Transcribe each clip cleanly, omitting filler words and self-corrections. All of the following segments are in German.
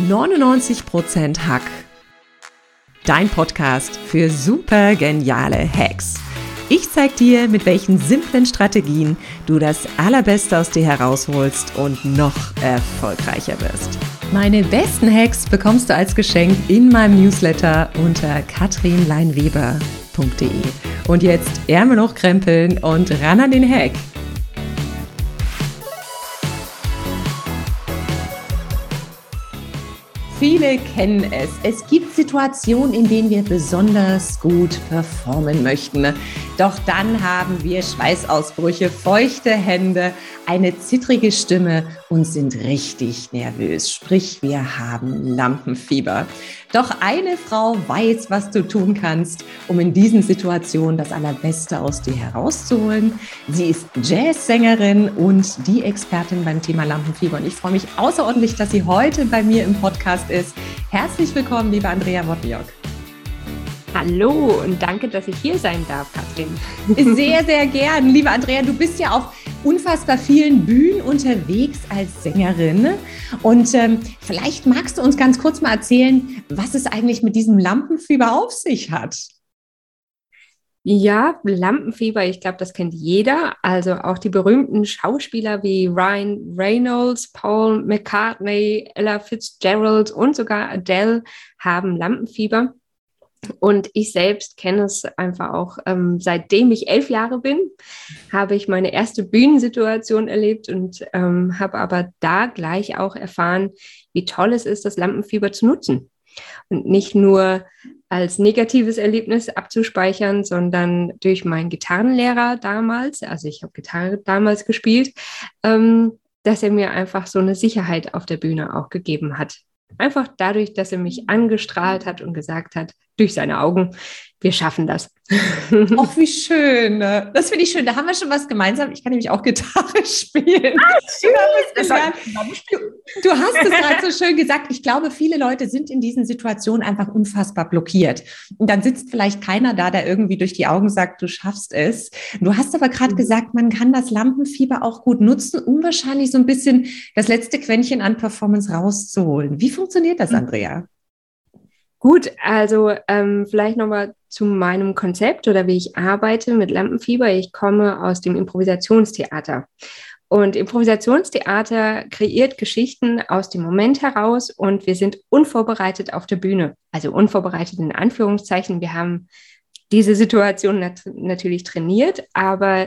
99% Hack. Dein Podcast für super geniale Hacks. Ich zeig dir, mit welchen simplen Strategien du das Allerbeste aus dir herausholst und noch erfolgreicher wirst. Meine besten Hacks bekommst du als Geschenk in meinem Newsletter unter katrinleinweber.de. Und jetzt Ärmel hochkrempeln und ran an den Hack. Viele kennen es. Es gibt Situationen, in denen wir besonders gut performen möchten. Doch dann haben wir Schweißausbrüche, feuchte Hände, eine zittrige Stimme und sind richtig nervös. Sprich, wir haben Lampenfieber. Doch eine Frau weiß, was du tun kannst, um in diesen Situationen das Allerbeste aus dir herauszuholen. Sie ist Jazzsängerin und die Expertin beim Thema Lampenfieber. Und ich freue mich außerordentlich, dass sie heute bei mir im Podcast ist. Herzlich willkommen, liebe Andrea Wodniok. Hallo und danke, dass ich hier sein darf, Katrin. Sehr, sehr gern. Liebe Andrea, du bist ja auf unfassbar vielen Bühnen unterwegs als Sängerin. Und vielleicht magst du uns ganz kurz mal erzählen, was es eigentlich mit diesem Lampenfieber auf sich hat. Ja, Lampenfieber, ich glaube, das kennt jeder. Also auch die berühmten Schauspieler wie Ryan Reynolds, Paul McCartney, Ella Fitzgerald und sogar Adele haben Lampenfieber. Und ich selbst kenne es einfach auch, seitdem ich 11 Jahre bin, habe ich meine erste Bühnensituation erlebt und habe aber da gleich auch erfahren, wie toll es ist, das Lampenfieber zu nutzen. Und nicht nur als negatives Erlebnis abzuspeichern, sondern durch meinen Gitarrenlehrer damals, also ich habe Gitarre damals gespielt, dass er mir einfach so eine Sicherheit auf der Bühne auch gegeben hat. Einfach dadurch, dass er mich angestrahlt hat und gesagt hat, durch seine Augen, wir schaffen das. Ach, wie schön. Das finde ich schön. Da haben wir schon was gemeinsam. Ich kann nämlich auch Gitarre spielen. Du hast es gerade so schön gesagt. Ich glaube, viele Leute sind in diesen Situationen einfach unfassbar blockiert. Und dann sitzt vielleicht keiner da, der irgendwie durch die Augen sagt, du schaffst es. Du hast aber gerade gesagt, man kann das Lampenfieber auch gut nutzen, um wahrscheinlich so ein bisschen das letzte Quäntchen an Performance rauszuholen. Wie funktioniert das, Andrea? Gut, also vielleicht nochmal zu meinem Konzept oder wie ich arbeite mit Lampenfieber. Ich komme aus dem Improvisationstheater. Und Improvisationstheater kreiert Geschichten aus dem Moment heraus und wir sind unvorbereitet auf der Bühne. Also unvorbereitet in Anführungszeichen. Wir haben diese Situation natürlich trainiert, aber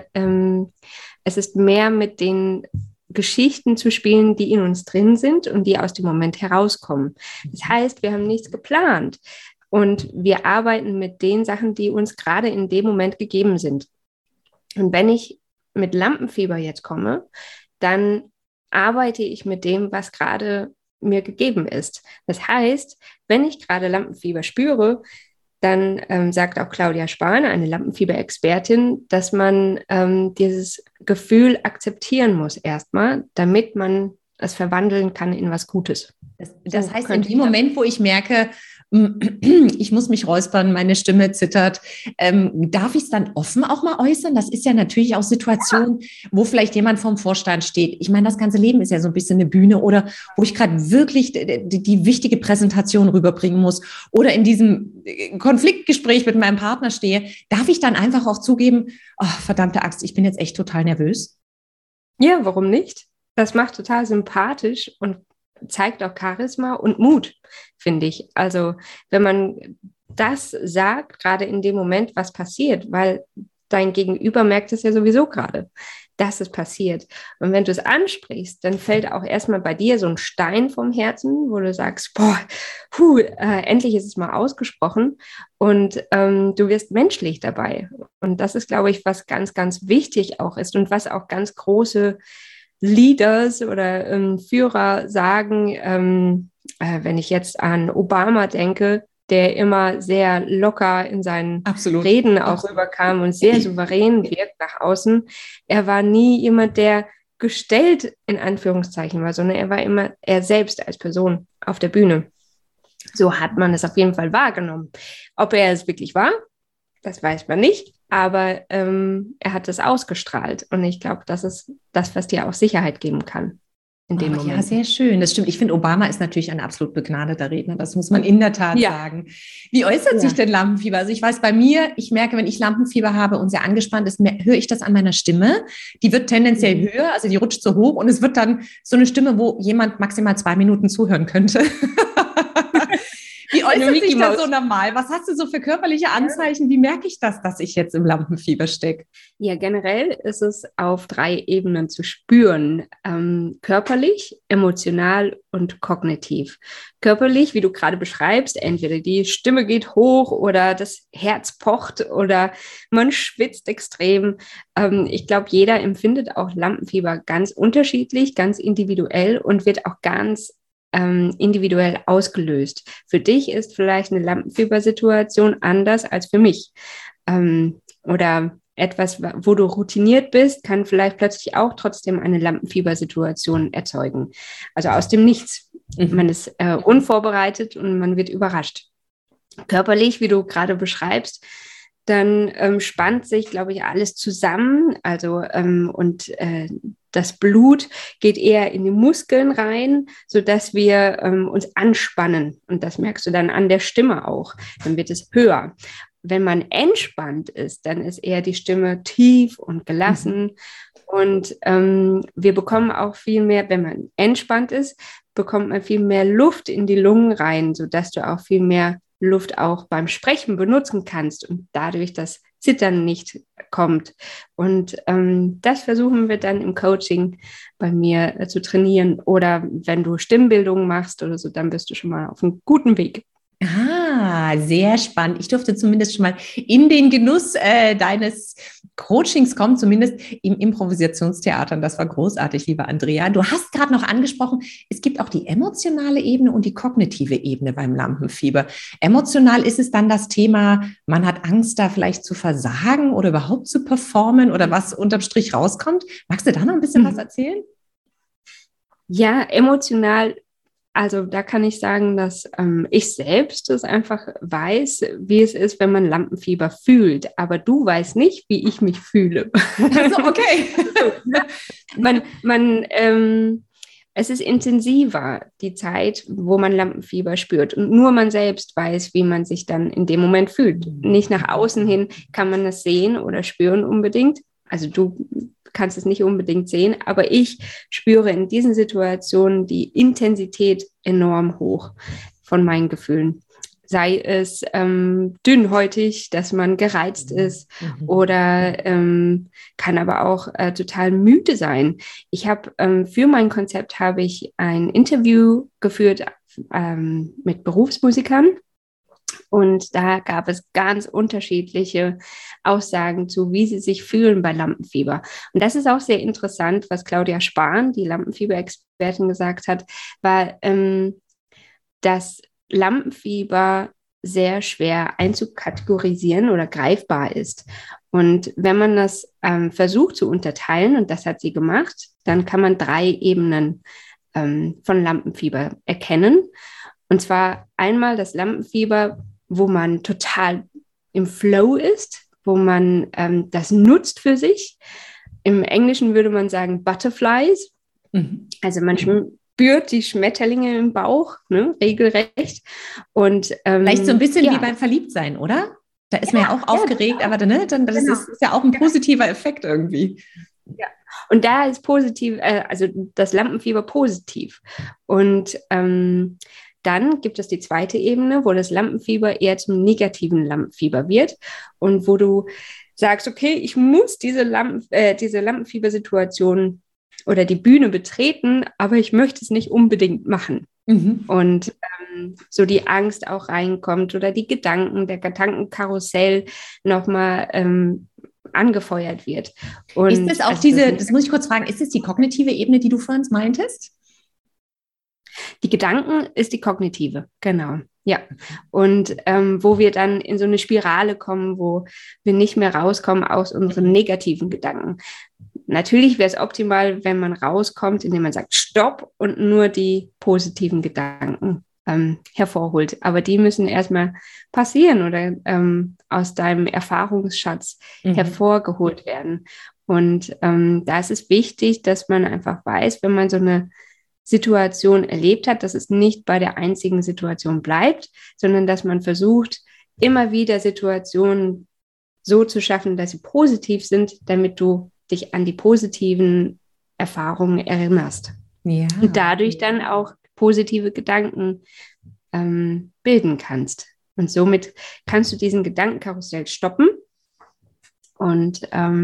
es ist mehr mit den Geschichten zu spielen, die in uns drin sind und die aus dem Moment herauskommen. Das heißt, wir haben nichts geplant und wir arbeiten mit den Sachen, die uns gerade in dem Moment gegeben sind. Und wenn ich mit Lampenfieber jetzt komme, dann arbeite ich mit dem, was gerade mir gegeben ist. Das heißt, wenn ich gerade Lampenfieber spüre, dann sagt auch Claudia Spahn, eine Lampenfieber-Expertin, dass man dieses Gefühl akzeptieren muss erstmal, damit man es verwandeln kann in was Gutes. Das heißt, in dem Moment, wo ich merke, ich muss mich räuspern, meine Stimme zittert, darf ich es dann offen auch mal äußern? Das ist ja natürlich auch Situationen, wo vielleicht jemand vorm Vorstand steht. Ich meine, das ganze Leben ist ja so ein bisschen eine Bühne oder wo ich gerade wirklich die wichtige Präsentation rüberbringen muss oder in diesem Konfliktgespräch mit meinem Partner stehe. Darf ich dann einfach auch zugeben, oh, verdammte Axt, ich bin jetzt echt total nervös? Ja, warum nicht? Das macht total sympathisch und zeigt auch Charisma und Mut, finde ich. Also wenn man das sagt, gerade in dem Moment, was passiert, weil dein Gegenüber merkt es ja sowieso gerade, dass es passiert. Und wenn du es ansprichst, dann fällt auch erstmal bei dir so ein Stein vom Herzen, wo du sagst, boah, endlich ist es mal ausgesprochen und du wirst menschlich dabei. Und das ist, glaube ich, was ganz, ganz wichtig auch ist und was auch ganz große Leaders oder Führer sagen, wenn ich jetzt an Obama denke, der immer sehr locker in seinen Reden auch rüberkam und sehr souverän wirkt nach außen. Er war nie jemand, der gestellt in Anführungszeichen war, sondern er war immer er selbst als Person auf der Bühne. So hat man es auf jeden Fall wahrgenommen. Ob er es wirklich war, das weiß man nicht, aber er hat es ausgestrahlt und ich glaube, das ist das, was dir auch Sicherheit geben kann. in dem Moment. Ja, sehr schön. Das stimmt. Ich finde, Obama ist natürlich ein absolut begnadeter Redner. Das muss man in der Tat sagen. Wie äußert sich denn Lampenfieber? Also ich weiß bei mir, ich merke, wenn ich Lampenfieber habe und sehr angespannt ist, höre ich das an meiner Stimme. Die wird tendenziell höher, also die rutscht so hoch und es wird dann so eine Stimme, wo jemand maximal 2 Minuten zuhören könnte. Wie äußert sich das so normal? Was hast du so für körperliche Anzeichen? Wie merke ich das, dass ich jetzt im Lampenfieber stecke? Ja, generell ist es auf 3 Ebenen zu spüren. Körperlich, emotional und kognitiv. Körperlich, wie du gerade beschreibst, entweder die Stimme geht hoch oder das Herz pocht oder man schwitzt extrem. Ich glaube, jeder empfindet auch Lampenfieber ganz unterschiedlich, ganz individuell und wird auch ganz individuell ausgelöst. Für dich ist vielleicht eine Lampenfiebersituation anders als für mich. Oder etwas, wo du routiniert bist, kann vielleicht plötzlich auch trotzdem eine Lampenfiebersituation erzeugen. Also aus dem Nichts. Man ist unvorbereitet und man wird überrascht. Körperlich, wie du gerade beschreibst, dann spannt sich, glaube ich, alles zusammen. Also das Blut geht eher in die Muskeln rein, sodass wir uns anspannen. Und das merkst du dann an der Stimme auch. Dann wird es höher. Wenn man entspannt ist, dann ist eher die Stimme tief und gelassen. Und wir bekommen auch viel mehr, wenn man entspannt ist, bekommt man viel mehr Luft in die Lungen rein, sodass du auch viel mehr Luft auch beim Sprechen benutzen kannst und dadurch das Zittern nicht kommt. Und das versuchen wir dann im Coaching bei mir zu trainieren. Oder wenn du Stimmbildung machst oder so, dann bist du schon mal auf einem guten Weg. Sehr spannend. Ich durfte zumindest schon mal in den Genuss deines Coachings kommen, zumindest im Improvisationstheater. Und das war großartig, liebe Andrea. Du hast gerade noch angesprochen, es gibt auch die emotionale Ebene und die kognitive Ebene beim Lampenfieber. Emotional ist es dann das Thema, man hat Angst, da vielleicht zu versagen oder überhaupt zu performen oder was unterm Strich rauskommt. Magst du da noch ein bisschen was erzählen? Ja, emotional. Also da kann ich sagen, dass ich selbst es einfach weiß, wie es ist, wenn man Lampenfieber fühlt. Aber du weißt nicht, wie ich mich fühle. Also, okay. Es ist intensiver, die Zeit, wo man Lampenfieber spürt. Und nur man selbst weiß, wie man sich dann in dem Moment fühlt. Nicht nach außen hin kann man das sehen oder spüren unbedingt. Also du kannst es nicht unbedingt sehen, aber ich spüre in diesen Situationen die Intensität enorm hoch von meinen Gefühlen. Sei es dünnhäutig, dass man gereizt ist oder kann aber auch total müde sein. Ich habe für mein Konzept habe ich ein Interview geführt mit Berufsmusikern. Und da gab es ganz unterschiedliche Aussagen zu, wie sie sich fühlen bei Lampenfieber. Und das ist auch sehr interessant, was Claudia Spahn, die Lampenfieber-Expertin, gesagt hat, war, dass Lampenfieber sehr schwer einzukategorisieren oder greifbar ist. Und wenn man das versucht zu unterteilen, und das hat sie gemacht, dann kann man 3 Ebenen von Lampenfieber erkennen. Und zwar einmal das Lampenfieber, wo man total im Flow ist, wo man das nutzt für sich. Im Englischen würde man sagen Butterflies. Also man spürt die Schmetterlinge im Bauch, ne, regelrecht. Und, vielleicht so ein bisschen wie beim Verliebtsein, oder? Da ist man ja auch aufgeregt, aber das ist ja auch ein positiver Effekt irgendwie. Ja. Und da ist positiv, also das Lampenfieber positiv. Und dann gibt es die zweite Ebene, wo das Lampenfieber eher zum negativen Lampenfieber wird und wo du sagst, okay, ich muss diese Lampenfiebersituation oder die Bühne betreten, aber ich möchte es nicht unbedingt machen. Und so die Angst auch reinkommt oder die Gedanken, der Gedankenkarussell nochmal angefeuert wird. Und ist das auch das muss ich kurz fragen, ist es die kognitive Ebene, die du vorhin meintest? Die Gedanken ist die kognitive, genau. Ja, und wo wir dann in so eine Spirale kommen, wo wir nicht mehr rauskommen aus unseren negativen Gedanken. Natürlich wäre es optimal, wenn man rauskommt, indem man sagt Stopp und nur die positiven Gedanken hervorholt. Aber die müssen erstmal passieren oder aus deinem Erfahrungsschatz hervorgeholt werden. Und da ist es wichtig, dass man einfach weiß, wenn man so eine Situation erlebt hat, dass es nicht bei der einzigen Situation bleibt, sondern dass man versucht, immer wieder Situationen so zu schaffen, dass sie positiv sind, damit du dich an die positiven Erfahrungen erinnerst. Ja. Und dadurch dann auch positive Gedanken bilden kannst. Und somit kannst du diesen Gedankenkarussell stoppen und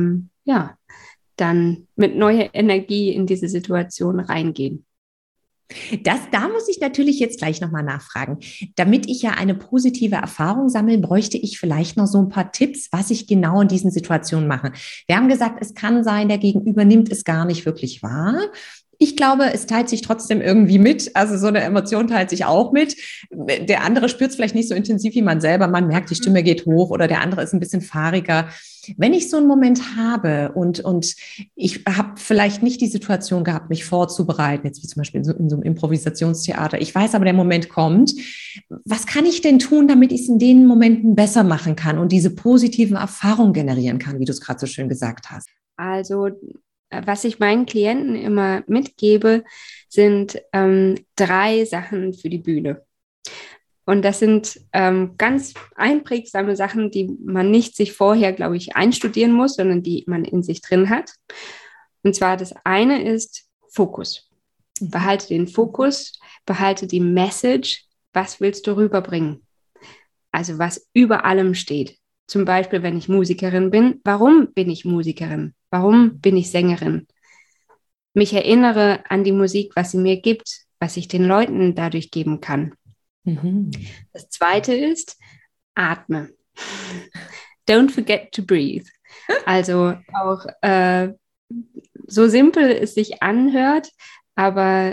dann mit neuer Energie in diese Situation reingehen. Da muss ich natürlich jetzt gleich nochmal nachfragen. Damit ich ja eine positive Erfahrung sammle, bräuchte ich vielleicht noch so ein paar Tipps, was ich genau in diesen Situationen mache. Wir haben gesagt, es kann sein, der Gegenüber nimmt es gar nicht wirklich wahr. Ich glaube, es teilt sich trotzdem irgendwie mit. Also so eine Emotion teilt sich auch mit. Der andere spürt es vielleicht nicht so intensiv wie man selber. Man merkt, die Stimme geht hoch oder der andere ist ein bisschen fahriger. Wenn ich so einen Moment habe und ich habe vielleicht nicht die Situation gehabt, mich vorzubereiten, jetzt wie zum Beispiel in so einem Improvisationstheater, ich weiß aber, der Moment kommt, was kann ich denn tun, damit ich es in den Momenten besser machen kann und diese positiven Erfahrungen generieren kann, wie du es gerade so schön gesagt hast? Also was ich meinen Klienten immer mitgebe, sind 3 Sachen für die Bühne. Und das sind ganz einprägsame Sachen, die man nicht sich vorher, glaube ich, einstudieren muss, sondern die man in sich drin hat. Und zwar das eine ist Fokus. Behalte den Fokus, behalte die Message, was willst du rüberbringen? Also was über allem steht. Zum Beispiel, wenn ich Musikerin bin, warum bin ich Musikerin? Warum bin ich Sängerin? Mich erinnere an die Musik, was sie mir gibt, was ich den Leuten dadurch geben kann. Mhm. Das zweite ist, atme. Don't forget to breathe. Also auch so simpel es sich anhört, aber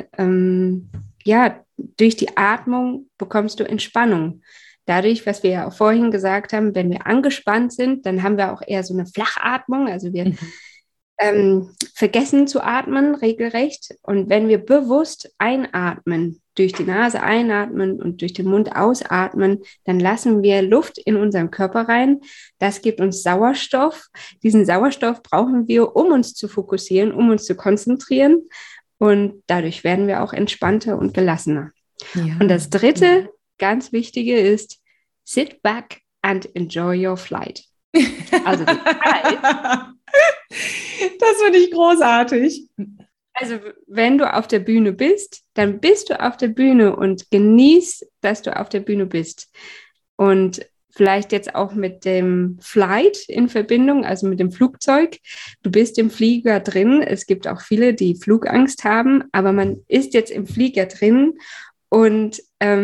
durch die Atmung bekommst du Entspannung. Dadurch, was wir ja auch vorhin gesagt haben, wenn wir angespannt sind, dann haben wir auch eher so eine Flachatmung, also wir vergessen zu atmen regelrecht. Und wenn wir bewusst einatmen, durch die Nase einatmen und durch den Mund ausatmen, dann lassen wir Luft in unseren Körper rein. Das gibt uns Sauerstoff. Diesen Sauerstoff brauchen wir, um uns zu fokussieren, um uns zu konzentrieren. Und dadurch werden wir auch entspannter und gelassener. Ja. Und das dritte, ganz wichtige ist, sit back and enjoy your flight. Also die Zeit. Das finde ich großartig. Also wenn du auf der Bühne bist, dann bist du auf der Bühne und genieß, dass du auf der Bühne bist. Und vielleicht jetzt auch mit dem Flight in Verbindung, also mit dem Flugzeug. Du bist im Flieger drin. Es gibt auch viele, die Flugangst haben, aber man ist jetzt im Flieger drin und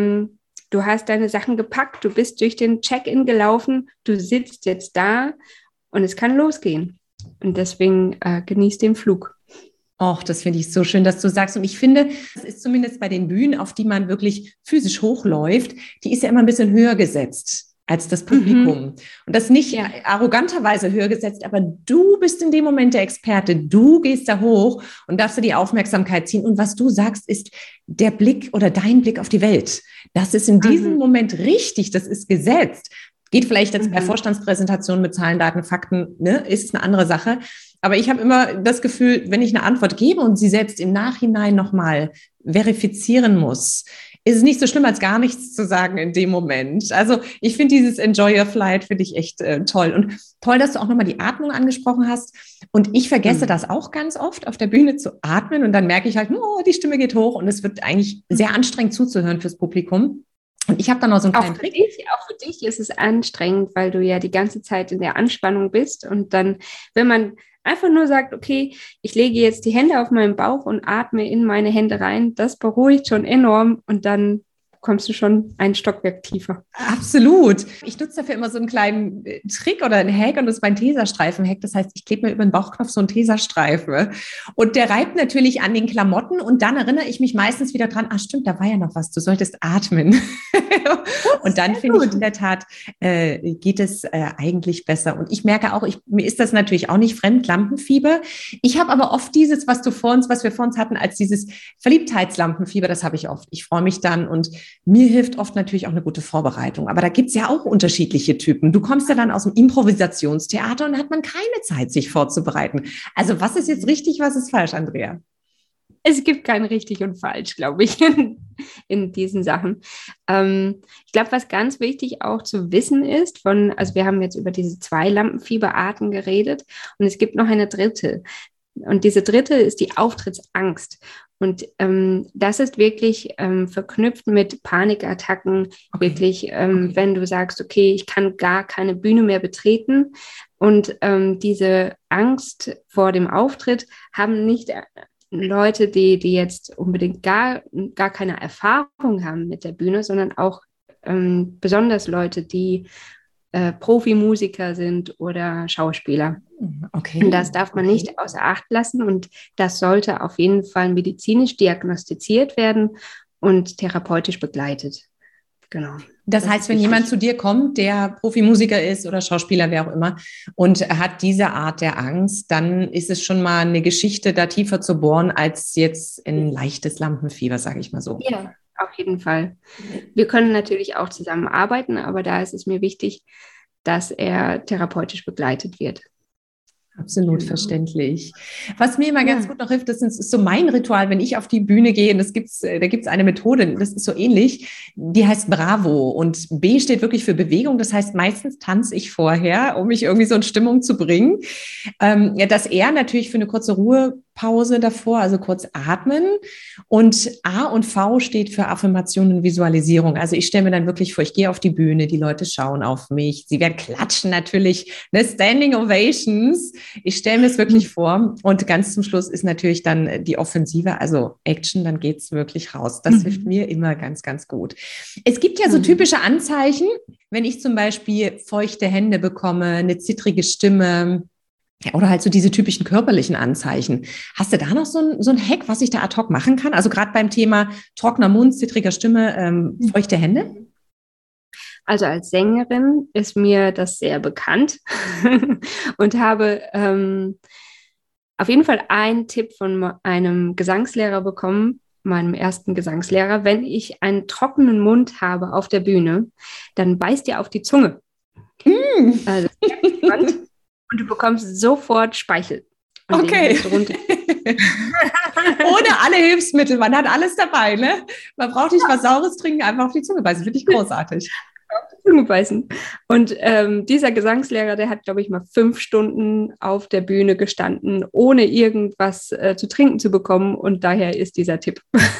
du hast deine Sachen gepackt, du bist durch den Check-in gelaufen, du sitzt jetzt da und es kann losgehen. Und deswegen genieß den Flug. Och, das finde ich so schön, dass du sagst. Und ich finde, das ist zumindest bei den Bühnen, auf die man wirklich physisch hochläuft, die ist ja immer ein bisschen höher gesetzt als das Publikum. Mhm. Und das nicht arroganterweise höher gesetzt, aber du bist in dem Moment der Experte. Du gehst da hoch und darfst dir die Aufmerksamkeit ziehen. Und was du sagst, ist der Blick oder dein Blick auf die Welt. Das ist in diesem Moment richtig, das ist gesetzt. Geht vielleicht jetzt bei Vorstandspräsentationen mit Zahlen, Daten, Fakten, ne, ist eine andere Sache. Aber ich habe immer das Gefühl, wenn ich eine Antwort gebe und sie selbst im Nachhinein nochmal verifizieren muss, ist es nicht so schlimm, als gar nichts zu sagen in dem Moment. Also ich finde dieses Enjoy Your Flight, finde ich echt toll. Und toll, dass du auch nochmal die Atmung angesprochen hast. Und ich vergesse das auch ganz oft, auf der Bühne zu atmen. Und dann merke ich halt, oh, die Stimme geht hoch. Und es wird eigentlich sehr anstrengend zuzuhören fürs Publikum. Und ich habe dann noch so einen kleinen Trick. Auch für dich ist es anstrengend, weil du ja die ganze Zeit in der Anspannung bist. Und dann, wenn man einfach nur sagt, okay, ich lege jetzt die Hände auf meinen Bauch und atme in meine Hände rein, das beruhigt schon enorm und dann kommst du schon ein Stockwerk tiefer. Absolut. Ich nutze dafür immer so einen kleinen Trick oder einen Hack und das ist mein Tesastreifen-Hack. Das heißt, ich klebe mir über den Bauchknopf so einen Tesastreifen und der reibt natürlich an den Klamotten und dann erinnere ich mich meistens wieder dran, stimmt, da war ja noch was, du solltest atmen. Und dann finde ich in der Tat, geht es eigentlich besser. Und ich merke auch, mir ist das natürlich auch nicht fremd, Lampenfieber. Ich habe aber oft dieses, was wir vor uns hatten, als dieses Verliebtheitslampenfieber, das habe ich oft. Ich freue mich dann und mir hilft oft natürlich auch eine gute Vorbereitung. Aber da gibt es ja auch unterschiedliche Typen. Du kommst ja dann aus dem Improvisationstheater und hat man keine Zeit, sich vorzubereiten. Also was ist jetzt richtig, was ist falsch, Andrea? Es gibt kein richtig und falsch, glaube ich, in diesen Sachen. Ich glaube, was ganz wichtig auch zu wissen ist, also wir haben jetzt über diese 2 Lampenfieberarten geredet und es gibt noch eine dritte. Und diese dritte ist die Auftrittsangst. Und das ist wirklich verknüpft mit Panikattacken, Okay. wirklich, wenn du sagst, okay, ich kann gar keine Bühne mehr betreten. Und diese Angst vor dem Auftritt haben nicht Leute, die jetzt unbedingt gar keine Erfahrung haben mit der Bühne, sondern auch besonders Leute, die Profimusiker sind oder Schauspieler. Okay. Und das darf man nicht außer Acht lassen und das sollte auf jeden Fall medizinisch diagnostiziert werden und therapeutisch begleitet. Genau. Das heißt, wenn jemand zu dir kommt, der Profimusiker ist oder Schauspieler, wer auch immer, und hat diese Art der Angst, dann ist es schon mal eine Geschichte, da tiefer zu bohren, als jetzt ein leichtes Lampenfieber, sage ich mal so. Ja, auf jeden Fall. Wir können natürlich auch zusammenarbeiten, aber da ist es mir wichtig, dass er therapeutisch begleitet wird. Absolut verständlich. Was mir immer ganz gut noch hilft, das ist so mein Ritual, wenn ich auf die Bühne gehe, und da gibt's eine Methode, das ist so ähnlich, die heißt Bravo und B steht wirklich für Bewegung, das heißt, meistens tanze ich vorher, um mich irgendwie so in Stimmung zu bringen. Das R natürlich für eine kurze Ruhepause davor, also kurz atmen, und A und V steht für Affirmation und Visualisierung. Also ich stelle mir dann wirklich vor, ich gehe auf die Bühne, die Leute schauen auf mich, sie werden klatschen natürlich, ne, Standing Ovations. Ich stelle mir es wirklich vor und ganz zum Schluss ist natürlich dann die Offensive, also Action, dann geht's wirklich raus. Das hilft mir immer ganz, ganz gut. Es gibt ja so typische Anzeichen, wenn ich zum Beispiel feuchte Hände bekomme, eine zittrige Stimme, ja, oder halt so diese typischen körperlichen Anzeichen. Hast du da noch so ein Hack, was ich da ad hoc machen kann? Also gerade beim Thema trockener Mund, zittriger Stimme, feuchte Hände? Also als Sängerin ist mir das sehr bekannt und habe auf jeden Fall einen Tipp von einem Gesangslehrer bekommen, meinem ersten Gesangslehrer. Wenn ich einen trockenen Mund habe auf der Bühne, dann beißt dir auf die Zunge. Also, und du bekommst sofort Speichel. Und okay. Ohne alle Hilfsmittel, man hat alles dabei, ne? Man braucht nicht was Saures trinken, einfach auf die Zunge beißen. Finde ich großartig. Zunge beißen. Und dieser Gesangslehrer, der hat, glaube ich, mal 5 Stunden auf der Bühne gestanden, ohne irgendwas zu trinken zu bekommen. Und daher ist dieser Tipp.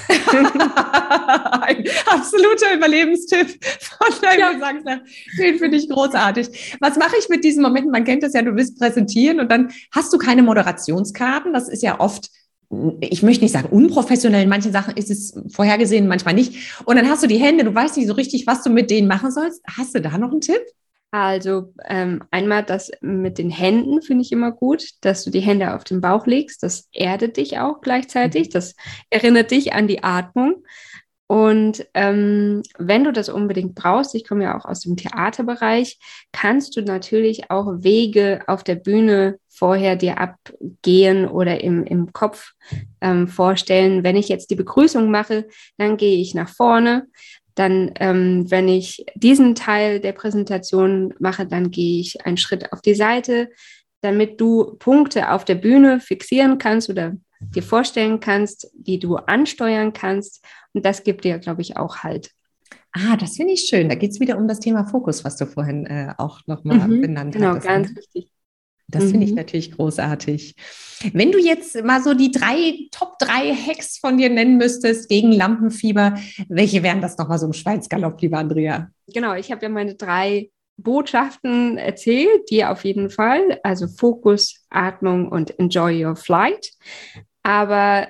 Ein absoluter Überlebenstipp von deinem Gesangslehrer. Den finde ich großartig. Was mache ich mit diesen Momenten? Man kennt das ja, du willst präsentieren und dann hast du keine Moderationskarten. Das ist ja oft, ich möchte nicht sagen unprofessionell, in manchen Sachen ist es vorhergesehen, manchmal nicht. Und dann hast du die Hände, du weißt nicht so richtig, was du mit denen machen sollst. Hast du da noch einen Tipp? Also einmal das mit den Händen finde ich immer gut, dass du die Hände auf den Bauch legst. Das erdet dich auch gleichzeitig. Das erinnert dich an die Atmung. Und wenn du das unbedingt brauchst, ich komme ja auch aus dem Theaterbereich, kannst du natürlich auch Wege auf der Bühne vorher dir abgehen oder im Kopf vorstellen. Wenn ich jetzt die Begrüßung mache, dann gehe ich nach vorne. Dann, wenn ich diesen Teil der Präsentation mache, dann gehe ich einen Schritt auf die Seite, damit du Punkte auf der Bühne fixieren kannst oder dir vorstellen kannst, die du ansteuern kannst. Und das gibt dir, glaube ich, auch Halt. Das finde ich schön. Da geht es wieder um das Thema Fokus, was du vorhin auch nochmal benannt genau, hattest. Genau, ganz wichtig. Das finde ich natürlich großartig. Wenn du jetzt mal so die Top 3 Hacks von dir nennen müsstest gegen Lampenfieber, welche wären das nochmal so im Schweinsgalopp, liebe Andrea? Genau, ich habe ja meine 3 Botschaften erzählt, die auf jeden Fall, also Fokus, Atmung und Enjoy Your Flight. Aber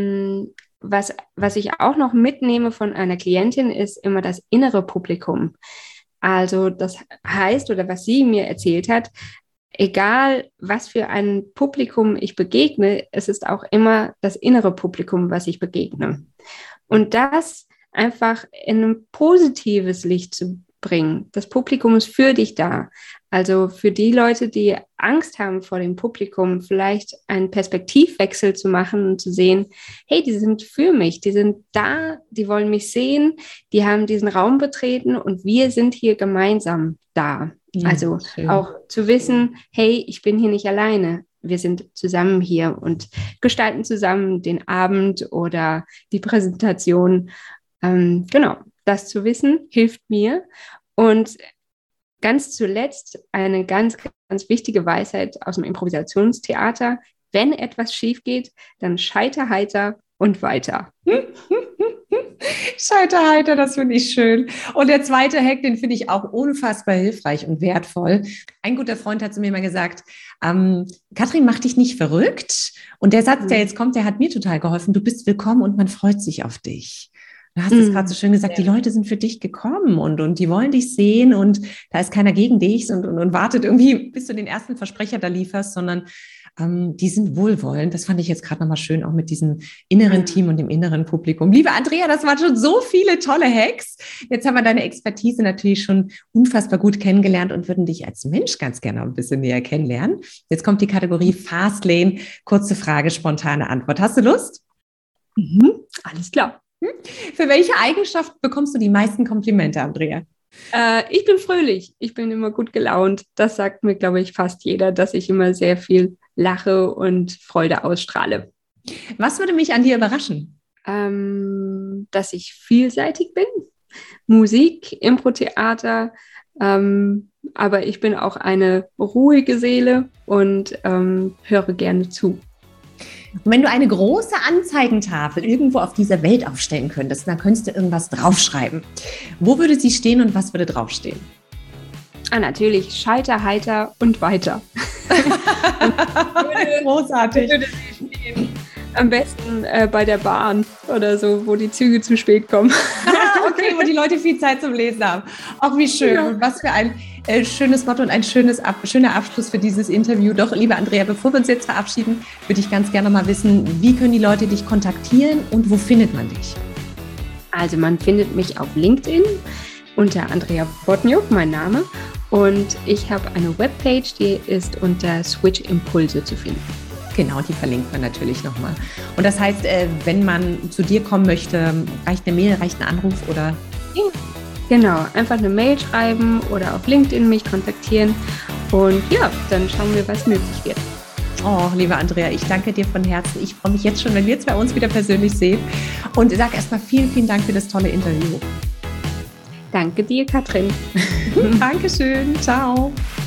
was ich auch noch mitnehme von einer Klientin, ist immer das innere Publikum. Also das heißt, oder was sie mir erzählt hat, egal was für ein Publikum ich begegne, es ist auch immer das innere Publikum, was ich begegne. Und das einfach in ein positives Licht zu bringen. Das Publikum ist für dich da. Also für die Leute, die Angst haben vor dem Publikum, vielleicht einen Perspektivwechsel zu machen und zu sehen, hey, die sind für mich, die sind da, die wollen mich sehen, die haben diesen Raum betreten und wir sind hier gemeinsam da. Ja, also schön. Auch zu wissen, hey, ich bin hier nicht alleine. wir sind zusammen hier und gestalten zusammen den Abend oder die Präsentation. Genau, das zu wissen hilft mir. Und ganz zuletzt eine ganz, ganz wichtige Weisheit aus dem Improvisationstheater: Wenn etwas schief geht, dann scheiter heiter und weiter. Scheiterheiter, das finde ich schön. Und der zweite Hack, den finde ich auch unfassbar hilfreich und wertvoll. Ein guter Freund hat zu mir mal gesagt, Katrin, mach dich nicht verrückt. Und der Satz, der jetzt kommt, der hat mir total geholfen. Du bist willkommen und man freut sich auf dich. Du hast es gerade so schön gesagt, die Leute sind für dich gekommen und die wollen dich sehen und da ist keiner gegen dich und wartet irgendwie, bis du den ersten Versprecher da lieferst, sondern die sind wohlwollend. Das fand ich jetzt gerade nochmal schön, auch mit diesem inneren Team und dem inneren Publikum. Liebe Andrea, das waren schon so viele tolle Hacks. Jetzt haben wir deine Expertise natürlich schon unfassbar gut kennengelernt und würden dich als Mensch ganz gerne ein bisschen näher kennenlernen. Jetzt kommt die Kategorie Fastlane. Kurze Frage, spontane Antwort. Hast du Lust? Alles klar. Für welche Eigenschaft bekommst du die meisten Komplimente, Andrea? Ich bin fröhlich. Ich bin immer gut gelaunt. Das sagt mir, glaube ich, fast jeder, dass ich immer sehr viel lache und Freude ausstrahle. Was würde mich an dir überraschen? Dass ich vielseitig bin. Musik, Impro-Theater, aber ich bin auch eine ruhige Seele und höre gerne zu. Und wenn du eine große Anzeigentafel irgendwo auf dieser Welt aufstellen könntest, dann könntest du irgendwas draufschreiben. Wo würde sie stehen und was würde draufstehen? Natürlich, scheiter, heiter und weiter. Großartig. Würde sie stehen. Am besten bei der Bahn oder so, wo die Züge zu spät kommen. Okay, wo die Leute viel Zeit zum Lesen haben. Auch wie schön. Ja. Und was für ein schönes Motto und ein schöner Abschluss für dieses Interview. Doch, liebe Andrea, bevor wir uns jetzt verabschieden, würde ich ganz gerne mal wissen, wie können die Leute dich kontaktieren und wo findet man dich? Also man findet mich auf LinkedIn unter Andrea Bodniuk, mein Name. Und ich habe eine Webpage, die ist unter Switch Impulse zu finden. Genau, die verlinkt man natürlich nochmal. Und das heißt, wenn man zu dir kommen möchte, reicht eine Mail, reicht ein Anruf oder? Ja, genau, einfach eine Mail schreiben oder auf LinkedIn mich kontaktieren und ja, dann schauen wir, was möglich wird. Oh, liebe Andrea, ich danke dir von Herzen. Ich freue mich jetzt schon, wenn wir zwei uns wieder persönlich sehen und sage erstmal vielen, vielen Dank für das tolle Interview. Danke dir, Katrin. Dankeschön, ciao.